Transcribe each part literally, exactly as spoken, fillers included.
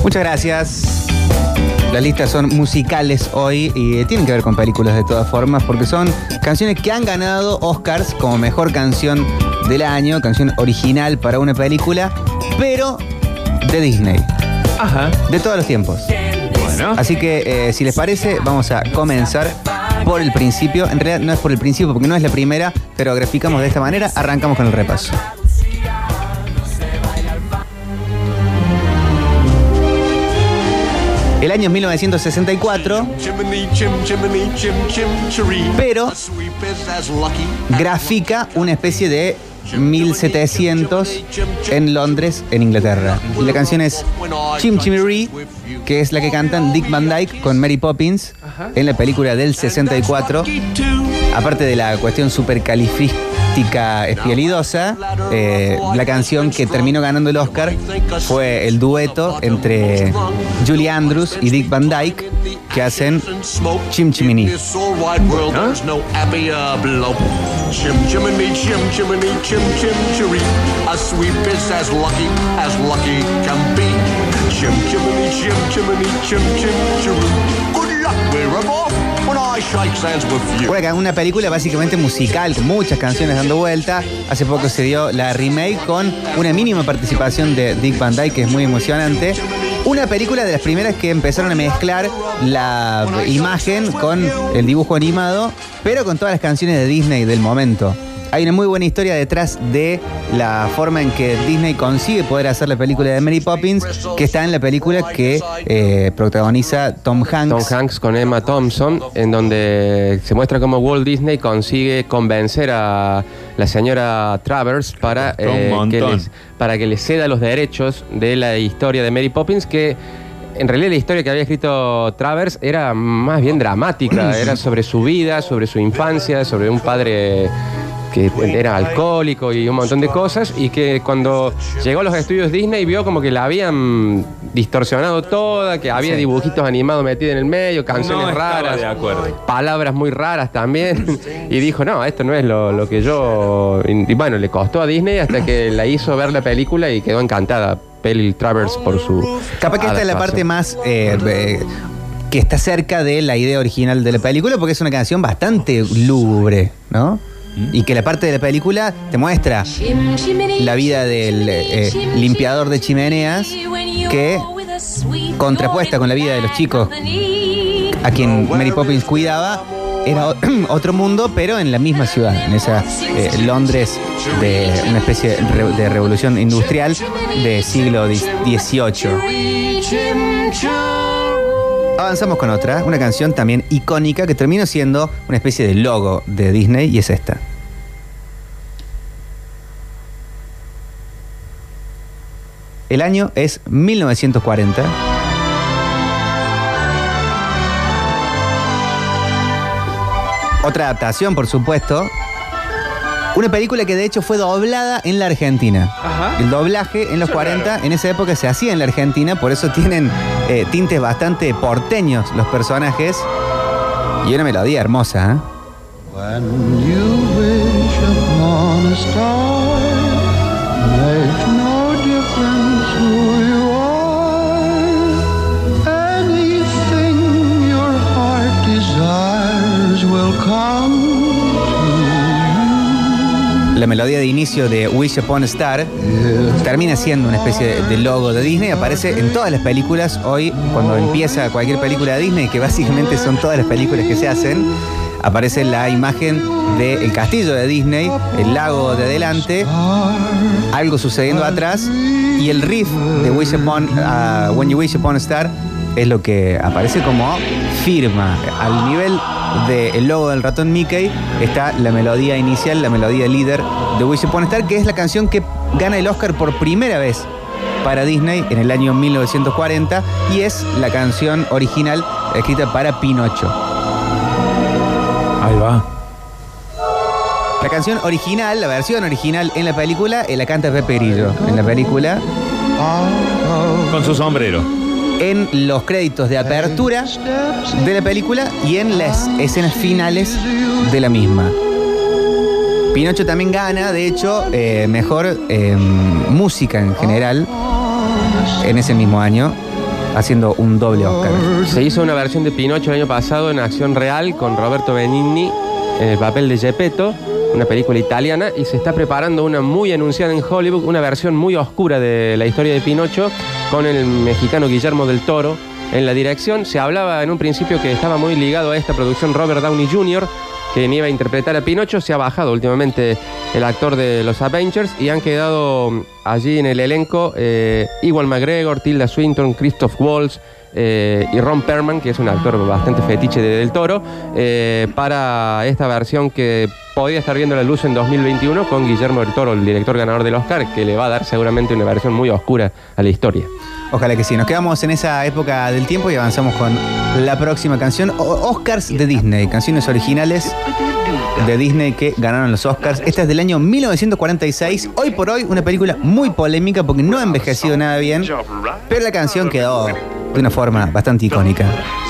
Muchas gracias. Las listas son musicales hoy y tienen que ver con películas de todas formas porque son canciones que han ganado Oscars como mejor canción del año, canción original para una película, pero de Disney. Ajá. De todos los tiempos. Bueno. Así que, eh, si les parece, vamos a comenzar por el principio. En realidad no es por el principio porque no es la primera, pero graficamos de esta manera. Arrancamos con el repaso. El año es mil novecientos sesenta y cuatro, pero grafica una especie de mil setecientos en Londres, en Inglaterra. Y la canción es Chim Chimery, que es la que cantan Dick Van Dyke con Mary Poppins en la película del sesenta y cuatro. Aparte de la cuestión supercalifrística espialidosa, eh, la canción que terminó ganando el Oscar fue el dueto entre Julie Andrews y Dick Van Dyke, que hacen Chim Chimney. ¿No? Bueno, una película básicamente musical con muchas canciones dando vuelta. Hace poco se dio la remake con una mínima participación de Dick Van Dyke, que es muy emocionante. Una película de las primeras que empezaron a mezclar la imagen con el dibujo animado, pero con todas las canciones de Disney del momento. Hay una muy buena historia detrás de la forma en que Disney consigue poder hacer la película de Mary Poppins, que está en la película que eh, protagoniza Tom Hanks. Tom Hanks con Emma Thompson, en donde se muestra cómo Walt Disney consigue convencer a la señora Travers para, eh, que, les, para que le ceda los derechos de la historia de Mary Poppins, que en realidad la historia que había escrito Travers era más bien dramática, era sobre su vida, sobre su infancia, sobre un padre que era alcohólico y un montón de cosas, y que cuando llegó a los estudios Disney vio como que la habían distorsionado toda, que había sí. dibujitos animados metidos en el medio, canciones no raras, de acuerdo. palabras muy raras también, y dijo, no, esto no es lo, lo que yo... Y bueno, le costó a Disney hasta que la hizo ver la película y quedó encantada Peli Travers por su... Capaz que esta es la parte más... Eh, eh, que está cerca de la idea original de la película, porque es una canción bastante lúgubre, ¿no? Y que la parte de la película te muestra la vida del eh, limpiador de chimeneas, que contrapuesta con la vida de los chicos a quien Mary Poppins cuidaba, era otro mundo, pero en la misma ciudad, en esa eh, Londres de una especie de revolución industrial de siglo dieciocho. Avanzamos con otra, una canción también icónica que terminó siendo una especie de logo de Disney, y es esta. El año es mil novecientos cuarenta. Otra adaptación, por supuesto. Una película que de hecho fue doblada en la Argentina. Ajá. El doblaje en los Eso cuarenta, en esa época se hacía en la Argentina, por eso tienen eh, tintes bastante porteños los personajes. Y una melodía hermosa, ¿eh? When you wish upon a star, makes no difference who you are. Anything your heart desires will come. La melodía de inicio de Wish Upon a Star termina siendo una especie de, de logo de Disney. Aparece en todas las películas hoy, cuando empieza cualquier película de Disney, que básicamente son todas las películas que se hacen. Aparece la imagen del castillo de Disney, el lago de adelante, algo sucediendo atrás, y el riff de Wish Upon, uh, When You Wish Upon a Star es lo que aparece como firma. Al nivel del logo del ratón Mickey está la melodía inicial, la melodía líder de Wish Upon a Star, que es la canción que gana el Oscar por primera vez para Disney en el año mil novecientos cuarenta, y es la canción original escrita para Pinocho. Ahí va. La canción original, la versión original en la película, eh, la canta Pepe Grillo en la película. Con su sombrero. En los créditos de apertura de la película y en las escenas finales de la misma. Pinocho también gana, de hecho, eh, mejor eh, música en general en ese mismo año. haciendo un doble Oscar. Se hizo una versión de Pinocho el año pasado en acción real con Roberto Benigni en el papel de Geppetto, una película italiana, y se está preparando una muy anunciada en Hollywood, una versión muy oscura de la historia de Pinocho con el mexicano Guillermo del Toro en la dirección. Se hablaba en un principio que estaba muy ligado a esta producción Robert Downey junior, quien iba a interpretar a Pinocho. Se ha bajado últimamente el actor de los Avengers y han quedado allí en el elenco eh, Ewan McGregor, Tilda Swinton, Christoph Waltz eh, y Ron Perlman, que es un actor bastante fetiche de Del Toro, eh, para esta versión que podía estar viendo la luz en dos mil veintiuno con Guillermo del Toro, el director ganador del Oscar, que le va a dar seguramente una versión muy oscura a la historia. Ojalá que sí. Nos quedamos en esa época del tiempo y avanzamos con la próxima canción. O- Oscars de Disney, canciones originales de Disney que ganaron los Oscars. Esta es del año mil novecientos cuarenta y seis. Hoy por hoy una película muy polémica porque no ha envejecido nada bien, pero la canción quedó de una forma bastante icónica.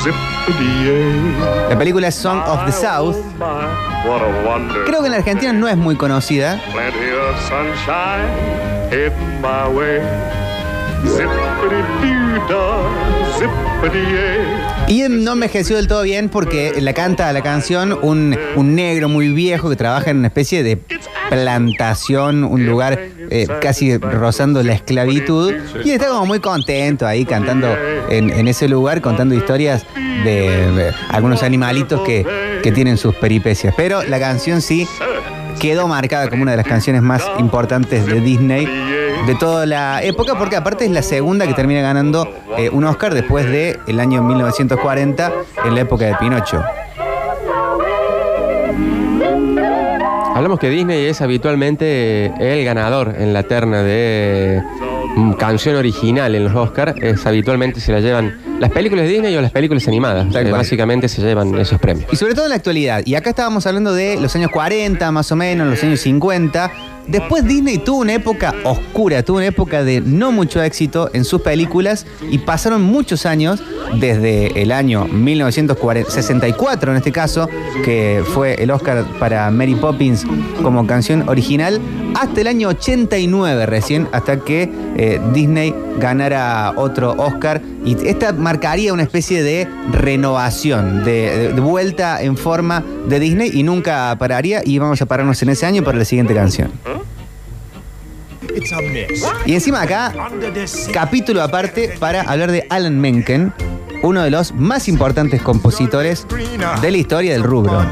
La película es Song of the South. Creo que en la Argentina no es muy conocida. Y no envejeció del todo bien porque la canta la canción un, un negro muy viejo que trabaja en una especie de plantación, un lugar eh, casi rozando la esclavitud, y está como muy contento ahí cantando en, en ese lugar, contando historias de, de algunos animalitos que, que tienen sus peripecias. Pero la canción sí quedó marcada como una de las canciones más importantes de Disney de toda la época, porque aparte es la segunda que termina ganando eh, un Oscar después del año mil novecientos cuarenta, en la época de Pinocho. Hablamos que Disney es habitualmente el ganador en la terna de mm, canción original en los Oscars. Es habitualmente se la llevan las películas de Disney o las películas animadas. Eh, básicamente se llevan esos premios. Y sobre todo en la actualidad. Y acá estábamos hablando de los años cuarenta, más o menos, los años cincuenta. Después Disney tuvo una época oscura, tuvo una época de no mucho éxito en sus películas y pasaron muchos años, desde el año mil novecientos sesenta y cuatro en este caso, que fue el Oscar para Mary Poppins como canción original, hasta el año ochenta y nueve recién, hasta que eh, Disney ganara otro Oscar, y esta marcaría una especie de renovación, de, de, de vuelta en forma de Disney, y nunca pararía, y vamos a pararnos en ese año para la siguiente canción. Y encima acá, capítulo aparte para hablar de Alan Menken, uno de los más importantes compositores de la historia del rubro.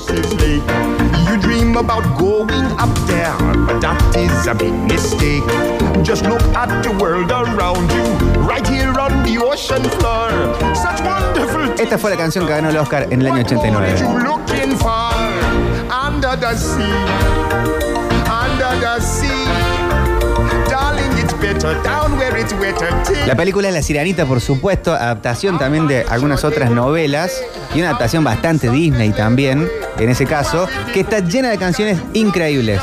Esta fue la canción que ganó el Oscar en el año ochenta y nueve. La película es La Sirenita, por supuesto, adaptación también de algunas otras novelas y una adaptación bastante Disney también, en ese caso, que está llena de canciones increíbles.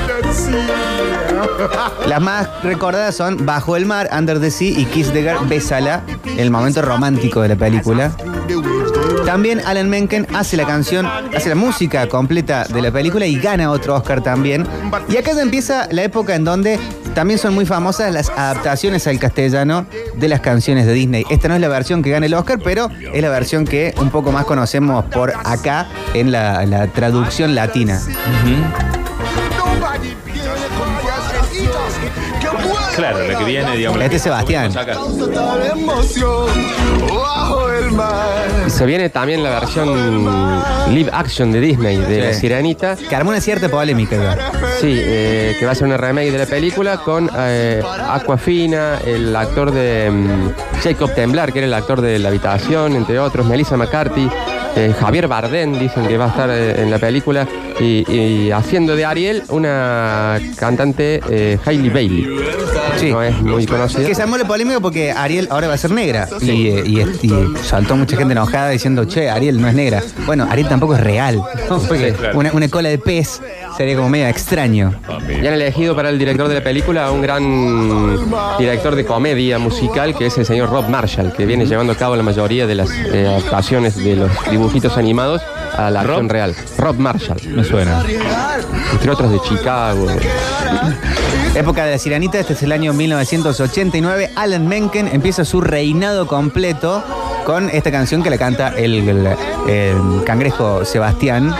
Las más recordadas son Bajo el Mar, Under the Sea, y Kiss the Girl, Bésala, el momento romántico de la película. También Alan Menken hace la canción, hace la música completa de la película y gana otro Oscar también. Y acá ya empieza la época en donde también son muy famosas las adaptaciones al castellano de las canciones de Disney. Esta no es la versión que gana el Oscar, pero es la versión que un poco más conocemos por acá en la, la traducción latina. Uh-huh. Claro, la que viene, digamos. Este es Sebastián. Se viene también la versión live action de Disney de sí. La Sirenita, que armó una cierta polémica, ¿verdad? Sí, eh, que va a ser una remake de la película con eh, Aquafina, el actor de um, Jacob Temblar, que era el actor de La Habitación, entre otros, Melissa McCarthy, eh, Javier Bardem, dicen que va a estar eh, en la película, y, y haciendo de Ariel una cantante, eh, Hailey Bailey. Sí. No es muy conocida. Que se armó la polémica porque Ariel ahora va a ser negra. Sí. Y, y, y saltó mucha gente enojada diciendo, che, Ariel no es negra. Bueno, Ariel tampoco es real, ¿no? Porque sí, claro. una, una cola de pez sería como medio extraño. Y han elegido para el director de la película a un gran director de comedia musical, que es el señor Rob Marshall, que viene llevando a cabo la mayoría de las eh, adaptaciones de los dibujitos animados a la acción real. Rob Marshall. Me suena. Entre otros de Chicago. Época de la Sirenita, este es el año mil novecientos ochenta y nueve. Alan Menken empieza su reinado completo con esta canción que la canta el, el, el cangrejo Sebastián.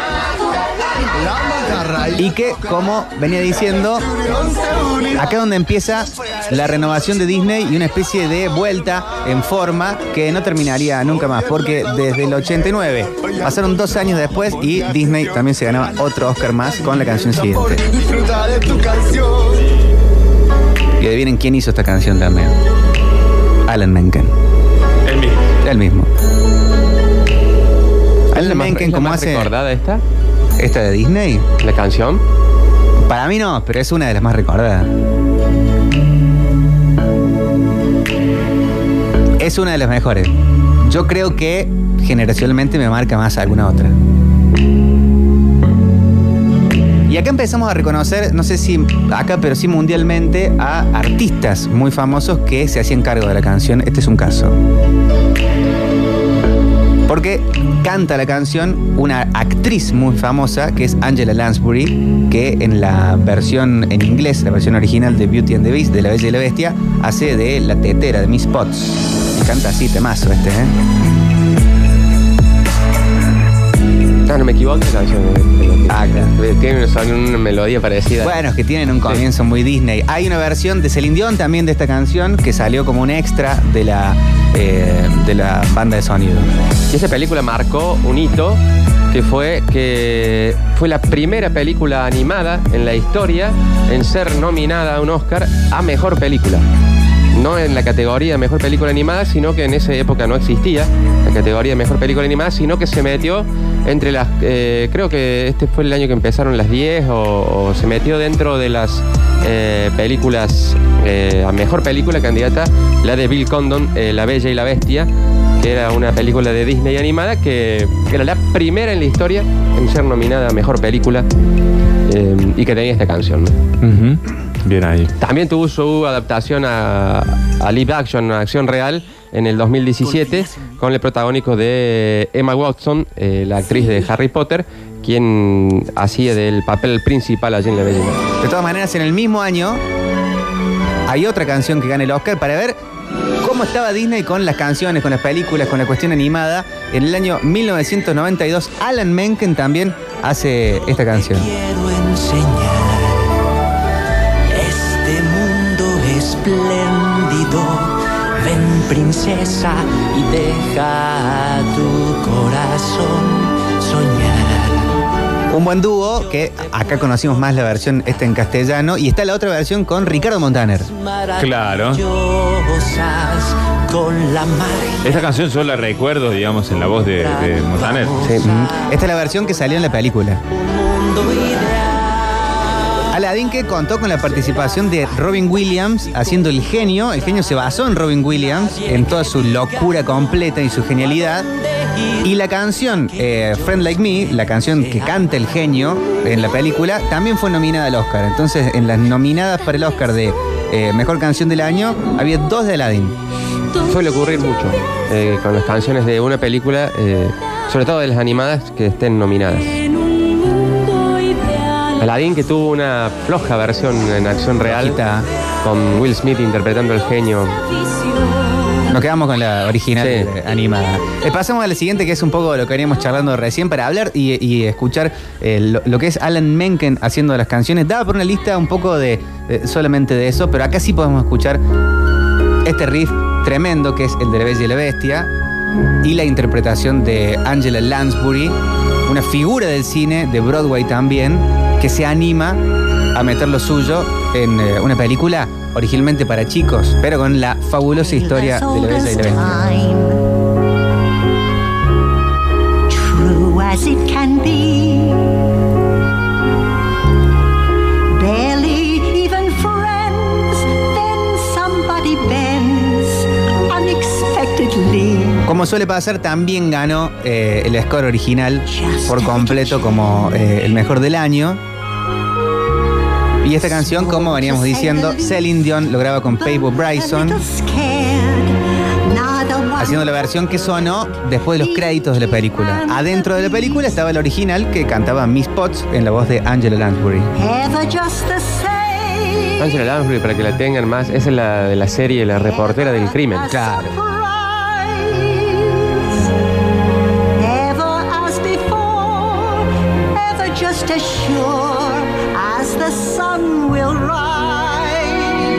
Y que, como venía diciendo, acá es donde empieza la renovación de Disney y una especie de vuelta en forma que no terminaría nunca más, porque desde el ochenta y nueve pasaron dos años después y Disney también se ganaba otro Oscar más con la canción siguiente. Y adivinen quién hizo esta canción también. Alan Menken. El mismo. El mismo. Alan Menken, ¿cómo como hace recordada esta? ¿Esta de Disney? ¿La canción? Para mí no, pero es una de las más recordadas. Es una de las mejores. Yo creo que generacionalmente me marca más alguna otra. Y acá empezamos a reconocer, no sé si acá, pero sí mundialmente, a artistas muy famosos que se hacían cargo de la canción. Este es un caso. Porque canta la canción una actriz muy famosa que es Angela Lansbury, que en la versión en inglés, la versión original de Beauty and the Beast, de La Bella y la Bestia, hace de la tetera de Miss Potts. Y canta así, temazo este, ¿eh? Ah, no me equivoco, la canción. Ah, claro. Tiene una, una melodía parecida. Bueno, es que tienen un comienzo sí. muy Disney. Hay una versión de Celine Dion también de esta canción que salió como un extra de la, eh, de la banda de sonido. Y esa película marcó un hito que fue que fue la primera película animada en la historia en ser nominada a un Oscar a Mejor Película. No en la categoría de Mejor Película Animada, sino que en esa época no existía la categoría de Mejor Película Animada, sino que se metió entre las... Eh, creo que este fue el año que empezaron las diez o, o se metió dentro de las eh, películas eh, a Mejor Película candidata, la de Bill Condon, eh, La Bella y la Bestia, que era una película de Disney animada que, que era la primera en la historia en ser nominada a Mejor Película eh, y que tenía esta canción, ¿no? Uh-huh. Bien ahí. También tuvo su adaptación a, a live action, a acción real, en el dos mil diecisiete, con el protagónico de Emma Watson, eh, la actriz de Harry Potter, quien hacía del papel principal allí en La Bella y la Bestia. De todas maneras, en el mismo año hay otra canción que gana el Oscar para ver cómo estaba Disney con las canciones, con las películas, con la cuestión animada. En el año mil novecientos noventa y dos, Alan Menken también hace esta canción. Quiero enseñar este mundo espléndido. Ven, princesa, y deja a tu corazón soñar. Un buen dúo que acá conocimos más la versión esta en castellano y está la otra versión con Ricardo Montaner. Claro. Con la magia. Esta canción yo la recuerdo, digamos, en la voz de, de Montaner. Sí. Esta es la versión que salió en la película. Aladdin, que contó con la participación de Robin Williams haciendo el genio. El genio se basó en Robin Williams, en toda su locura completa y su genialidad. Y la canción eh, Friend Like Me, la canción que canta el genio en la película, también fue nominada al Oscar. Entonces, en las nominadas para el Oscar de eh, Mejor Canción del Año, había dos de Aladdin. Suele ocurrir mucho eh, con las canciones de una película, eh, sobre todo de las animadas, que estén nominadas. Aladdin, que tuvo una floja versión en acción real, Flojita. Con Will Smith interpretando al genio. Nos quedamos con la original Sí. animada. Eh, pasamos a la siguiente, que es un poco lo que veníamos charlando recién, para hablar y, y escuchar eh, lo, lo que es Alan Menken haciendo las canciones. Daba por una lista un poco de eh, solamente de eso, pero acá sí podemos escuchar este riff tremendo que es el de La Bella y la Bestia y la interpretación de Angela Lansbury, una figura del cine, de Broadway también, que se anima a meter lo suyo en eh, una película originalmente para chicos, pero con la fabulosa historia de La Bella y la Bestia. True as it can be. Barely even friends, then somebody bends unexpectedly. Como suele pasar, también ganó eh, el score original por completo como eh, el mejor del año. Y esta canción, como veníamos diciendo, Celine Dion lo graba con Papo Bryson, haciendo la versión que sonó después de los créditos de la película. Adentro de la película estaba el original que cantaba Miss Potts en la voz de Angela Lansbury. Ever just the same. Angela Lansbury, para que la tengan más, esa es la de la serie La reportera del crimen. Claro. Ever as before, ever just as sure as the sun will rise.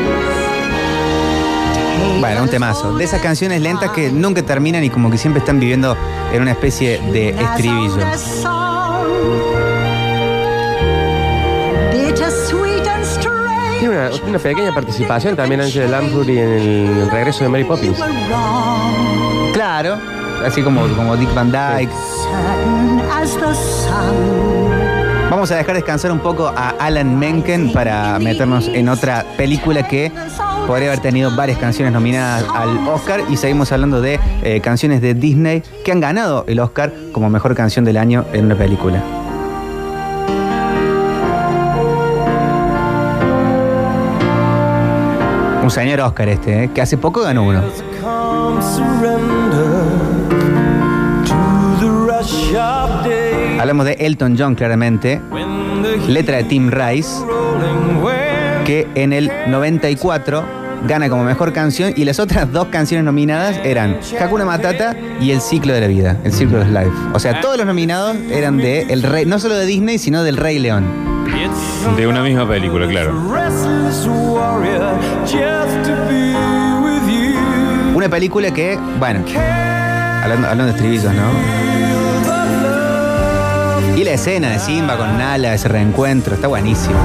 Bueno, un temazo. De esas canciones lentas que nunca terminan y como que siempre están viviendo en una especie de estribillo. Tiene una, una pequeña participación también Angela Lansbury en el, el regreso de Mary Poppins. Claro, así como, como Dick Van Dyke. Vamos a dejar descansar un poco a Alan Menken para meternos en otra película que podría haber tenido varias canciones nominadas al Oscar, y seguimos hablando de eh, canciones de Disney que han ganado el Oscar como mejor canción del año en una película. Un señor Oscar este, ¿eh? Que hace poco ganó uno. Hablamos de Elton John, claramente. Letra de Tim Rice, que en el noventa y cuatro gana como mejor canción, y las otras dos canciones nominadas eran Hakuna Matata y El Ciclo de la Vida, El Ciclo of Life. O sea, todos los nominados eran de el rey, no solo de Disney, sino del Rey León. De una misma película, claro. Una película que, bueno, hablando, hablando de estribillos, ¿no? Y la escena de Simba con Nala, ese reencuentro, está buenísimo.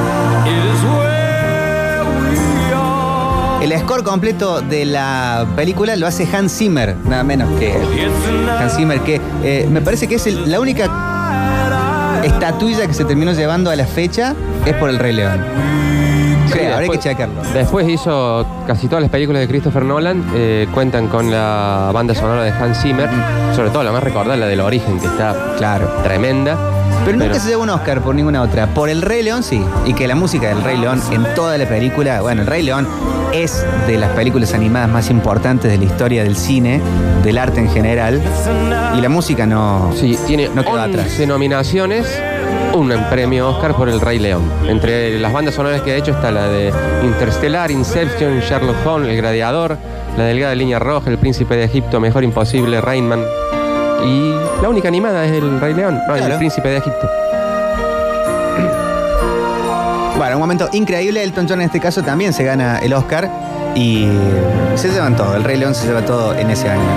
El score completo de la película lo hace Hans Zimmer, nada menos que Hans Zimmer, que eh, me parece que es el, la única estatuilla que se terminó llevando a la fecha es por el Rey León. Sí, Sí, habrá después, que checarlo. Después hizo casi todas las películas de Christopher Nolan, eh, cuentan con la banda sonora de Hans Zimmer, sobre todo la más recordada, la del Origen, que está, claro, tremenda. Pero nunca se llevó un Oscar por ninguna otra. Por el Rey León sí. Y que la música del Rey León en toda la película, bueno, el Rey León es de las películas animadas más importantes de la historia del cine, del arte en general. Y la música no, Sí, tiene no quedó atrás. once nominaciones, un premio Oscar por el Rey León. Entre las bandas sonoras que ha hecho está la de Interstellar, Inception, Sherlock Holmes, El Gladiador, La Delgada Línea Roja, El Príncipe de Egipto, Mejor Imposible, Rain Man. Y la única animada es el Rey León, no, Claro. El Príncipe de Egipto. Bueno, un momento increíble. Elton John en este caso también se gana el Oscar y se llevan todo. El Rey León se lleva todo en ese año.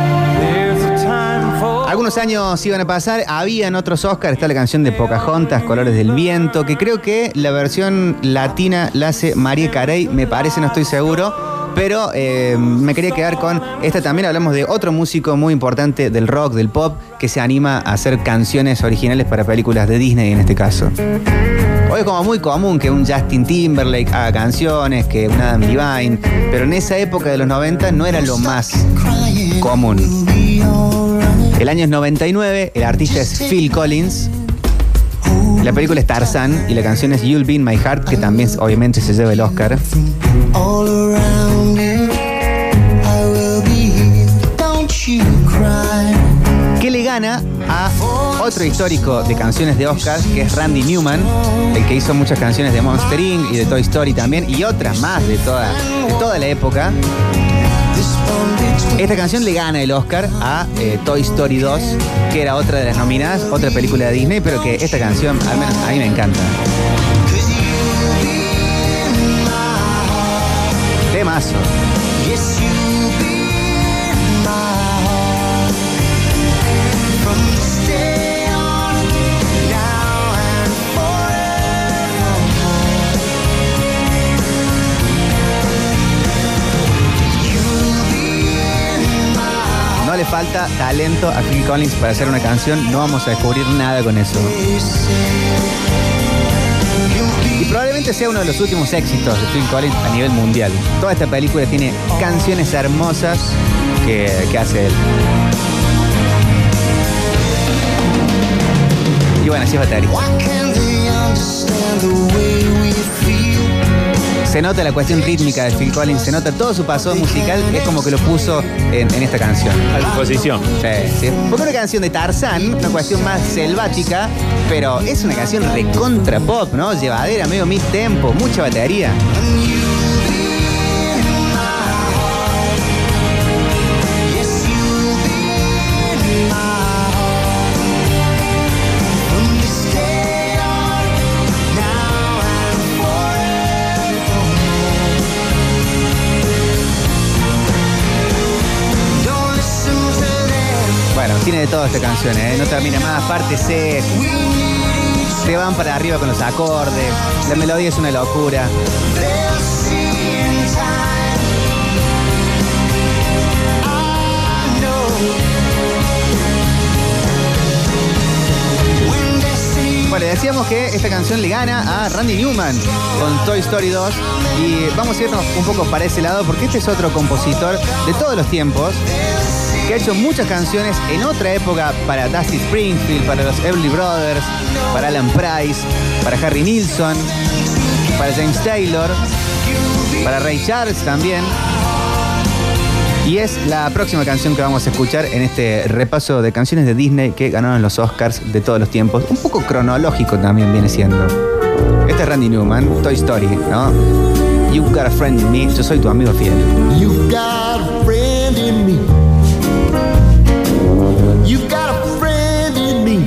Algunos años iban a pasar, habían otros Oscars. Está la canción de Pocahontas, Colores del Viento, que creo que la versión latina la hace Mariah Carey, me parece, no estoy seguro. Pero eh, me quería quedar con esta también. Hablamos de otro músico muy importante del rock, del pop, que se anima a hacer canciones originales para películas de Disney en este caso. Hoy es como muy común que un Justin Timberlake haga canciones, que un Adam Levine, pero en esa época de los noventa no era lo más común. El año es noventa y nueve, el artista es Phil Collins. La película es Tarzan y la canción es You'll Be in My Heart, que también obviamente se lleva el Oscar. Que le gana a otro histórico de canciones de Oscar, que es Randy Newman, el que hizo muchas canciones de Monster incorporated y de Toy Story también, y otras más de toda, de toda la época. Esta canción le gana el Oscar a eh, Toy Story dos, que era otra de las nominadas, otra película de Disney, pero que esta canción, al menos a mí me encanta. Temazo. No le falta talento a Phil Collins para hacer una canción, no vamos a descubrir nada con eso. Y probablemente sea uno de los últimos éxitos de Phil Collins a nivel mundial. Toda esta película tiene canciones hermosas que, que hace él. Y bueno, así es batería. Se nota la cuestión rítmica de Phil Collins, se nota todo su pasado musical, es como que lo puso en, en esta canción. A disposición. Sí, sí. Porque una canción de Tarzán, una cuestión más selvática, pero es una canción recontra pop, ¿no? Llevadera, medio mid tempo, mucha batería. Bueno, tiene de todo esta canción, ¿eh? No termina más, parte C. Se van para arriba con los acordes. La melodía es una locura. Bueno, decíamos que esta canción le gana a Randy Newman con Toy Story dos. Y vamos a irnos un poco para ese lado porque este es otro compositor de todos los tiempos que ha hecho muchas canciones en otra época para Dusty Springfield, para los Everly Brothers, para Alan Price, para Harry Nilsson, para James Taylor, para Ray Charles también. Y es la próxima canción que vamos a escuchar en este repaso de canciones de Disney que ganaron los Oscars de todos los tiempos. Un poco cronológico también viene siendo. Este es Randy Newman, Toy Story, ¿no? You got a friend in me, yo soy tu amigo fiel. You got a friend in me. You got a friend in me.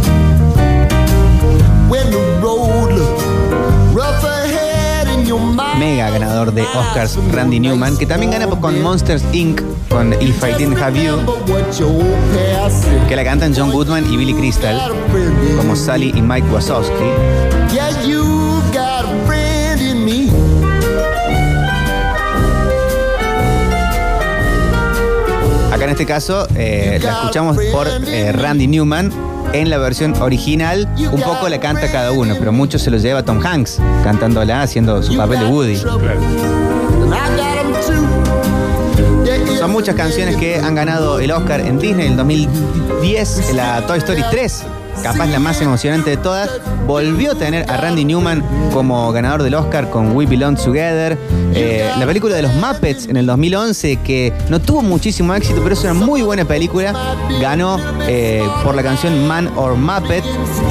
When the road looks rough ahead in your mind. Mega ganador de Oscars Randy Newman, que también gana con Monsters incorporated con If I Didn't Have You, que la cantan John Goodman y Billy Crystal, como Sally y Mike Wazowski. Yeah, you got a friend in me. Acá en este caso eh, la escuchamos por eh, Randy Newman. En la versión original un poco la canta cada uno, pero mucho se lo lleva Tom Hanks cantándola, haciendo su papel de Woody. Son muchas canciones que han ganado el Oscar en Disney. En el dos mil diez, la Toy Story tres, capaz la más emocionante de todas, volvió a tener a Randy Newman como ganador del Oscar con We Belong Together. Eh, la película de los Muppets en el dos mil once, que no tuvo muchísimo éxito, pero es una muy buena película, ganó eh, por la canción Man or Muppet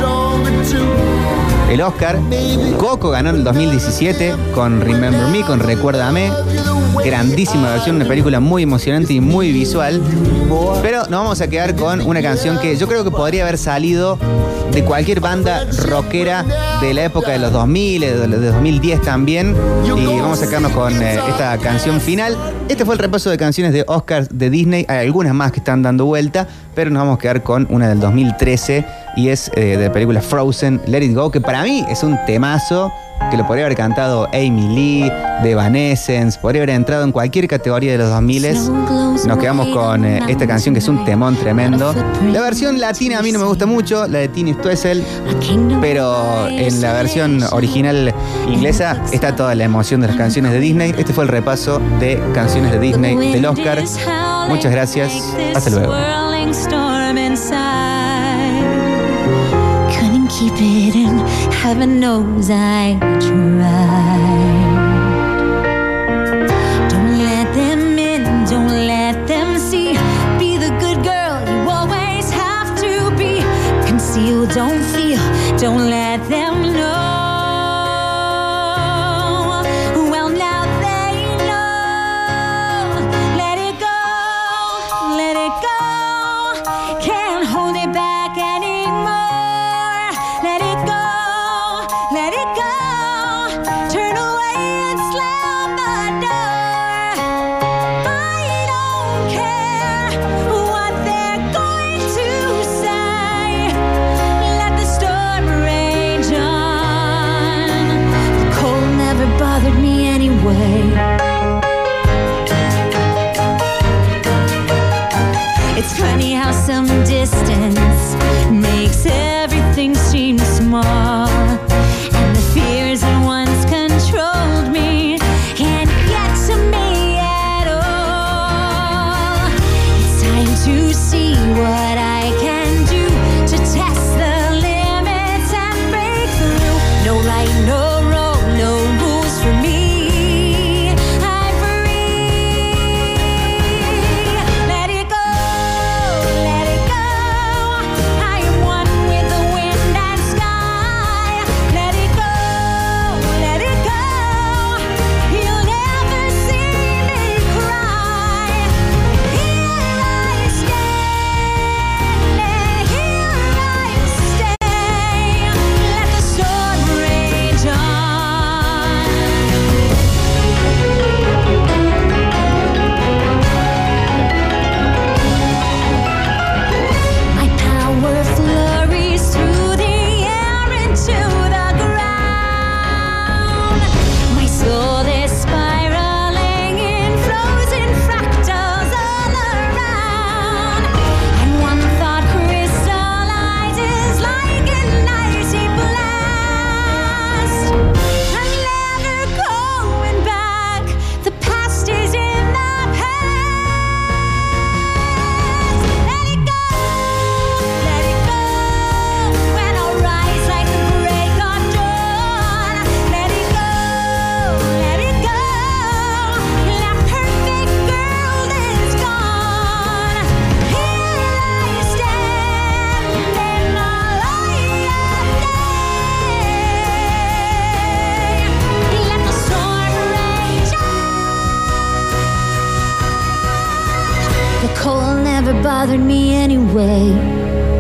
el Oscar. Coco ganó en el dos mil diecisiete con Remember Me, con Recuérdame. Grandísima versión, una película muy emocionante y muy visual. Pero nos vamos a quedar con una canción que yo creo que podría haber salido de cualquier banda rockera de la época de los dos mil, de los dos mil diez también. Y vamos a quedarnos con eh, esta canción final. Este fue el repaso de canciones de Oscars de Disney. Hay algunas más que están dando vuelta, pero nos vamos a quedar con una del dos mil trece y es eh, de la película Frozen, Let It Go, que para mí es un temazo que lo podría haber cantado Amy Lee, de Evanescence, podría haber entrado en cualquier categoría de los dos mil. Nos quedamos con eh, esta canción que es un temón tremendo. La versión latina a mí no me gusta mucho, la de Tini Stoessel, pero en la versión original inglesa está toda la emoción de las canciones de Disney. Este fue el repaso de canciones de Disney del Oscar. Muchas gracias, hasta luego. Keep it in, heaven knows I tried. Don't let them in, don't let them see. Be the good girl you always have to be. Conceal, don't feel, don't let them know. Well, now they know. Let it go, let it go. Can't hold it back anymore. Let it go, let it go. Turn away cold never bothered me anyway.